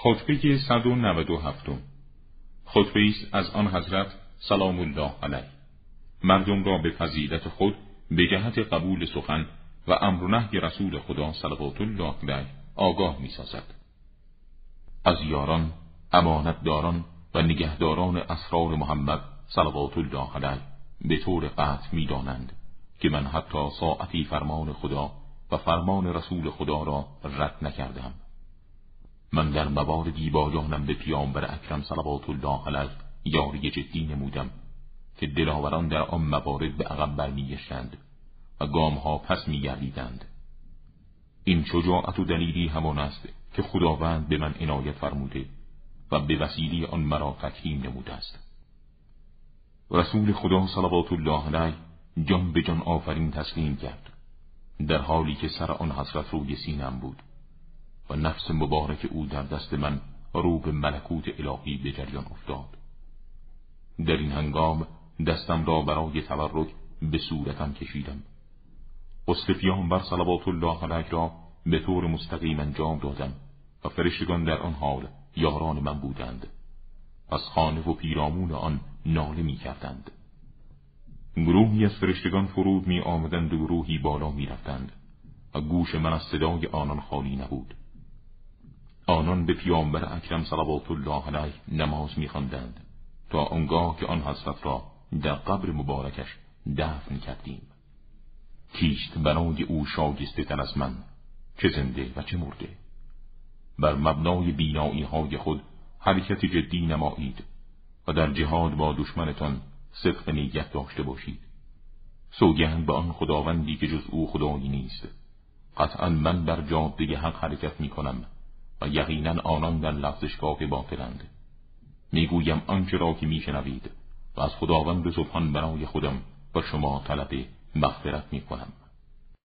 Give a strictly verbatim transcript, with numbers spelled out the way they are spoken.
خطبه صد و نود و هفت خطبه است از آن حضرت سلام الله علیه مردم را به فضیلت خود به جهت قبول سخن و امر و نهی رسول خدا صلوات الله علیه آگاه می سازد. از یاران، امانتداران و نگهداران اسرار محمد صلوات الله علیه به طور قطع می دانند که من حتی ساعتی فرمان خدا و فرمان رسول خدا را رد نکردم. من در مواردی با جانم به پیامبر اکرم صلوات الله علیه یاری جدی نمودم که دلاوران در آن موارد به عقب برمیگشتند و گامها پس میگردیدند. این شجاعت و دلیری همان است که خداوند به من عنایت فرموده و به وسیله آن مرا تکریم نموده است. رسول خدا صلوات الله علیه جان به جان آفرین تسلیم کرد، در حالی که سر آن حضرت روی سینم بود و نفس مبارک او در دست من رو به ملکوت الهی به جریان افتاد. در این هنگام دستم را برای تبرک به صورتم کشیدم. غسل پیامبر صلوات الله علیه را به طور مستقیم انجام دادم و فرشتگان در آن حال یاران من بودند. از خانه و پیرامون آن ناله می کردند. گروهی از فرشتگان فرود می آمدند و گروهی بالا می رفتند و گوش من از صدای آنان خالی نبود. آنان به پیامبر اکرم صلوات الله علیه نماز می خواندند تا آنگاه که آن حضرت را در قبر مبارکش دفن کردیم. کیست برای او شایسته تر از من، چه زنده و چه مرده؟ بر مبنای بینایی های خود حرکت جدی نمایید و در جهاد با دشمنتان صدق نیت داشته باشید. سوگند به آن خداوندی که جز او خدایی نیست. قطعا من بر جاده حق حرکت می کنم و یقینا آنان در لغزشگاه باطلند. میگویم آنچه را که میشنوید و از خداوند سبحان برای خودم و شما طلب مغفرت می کنم.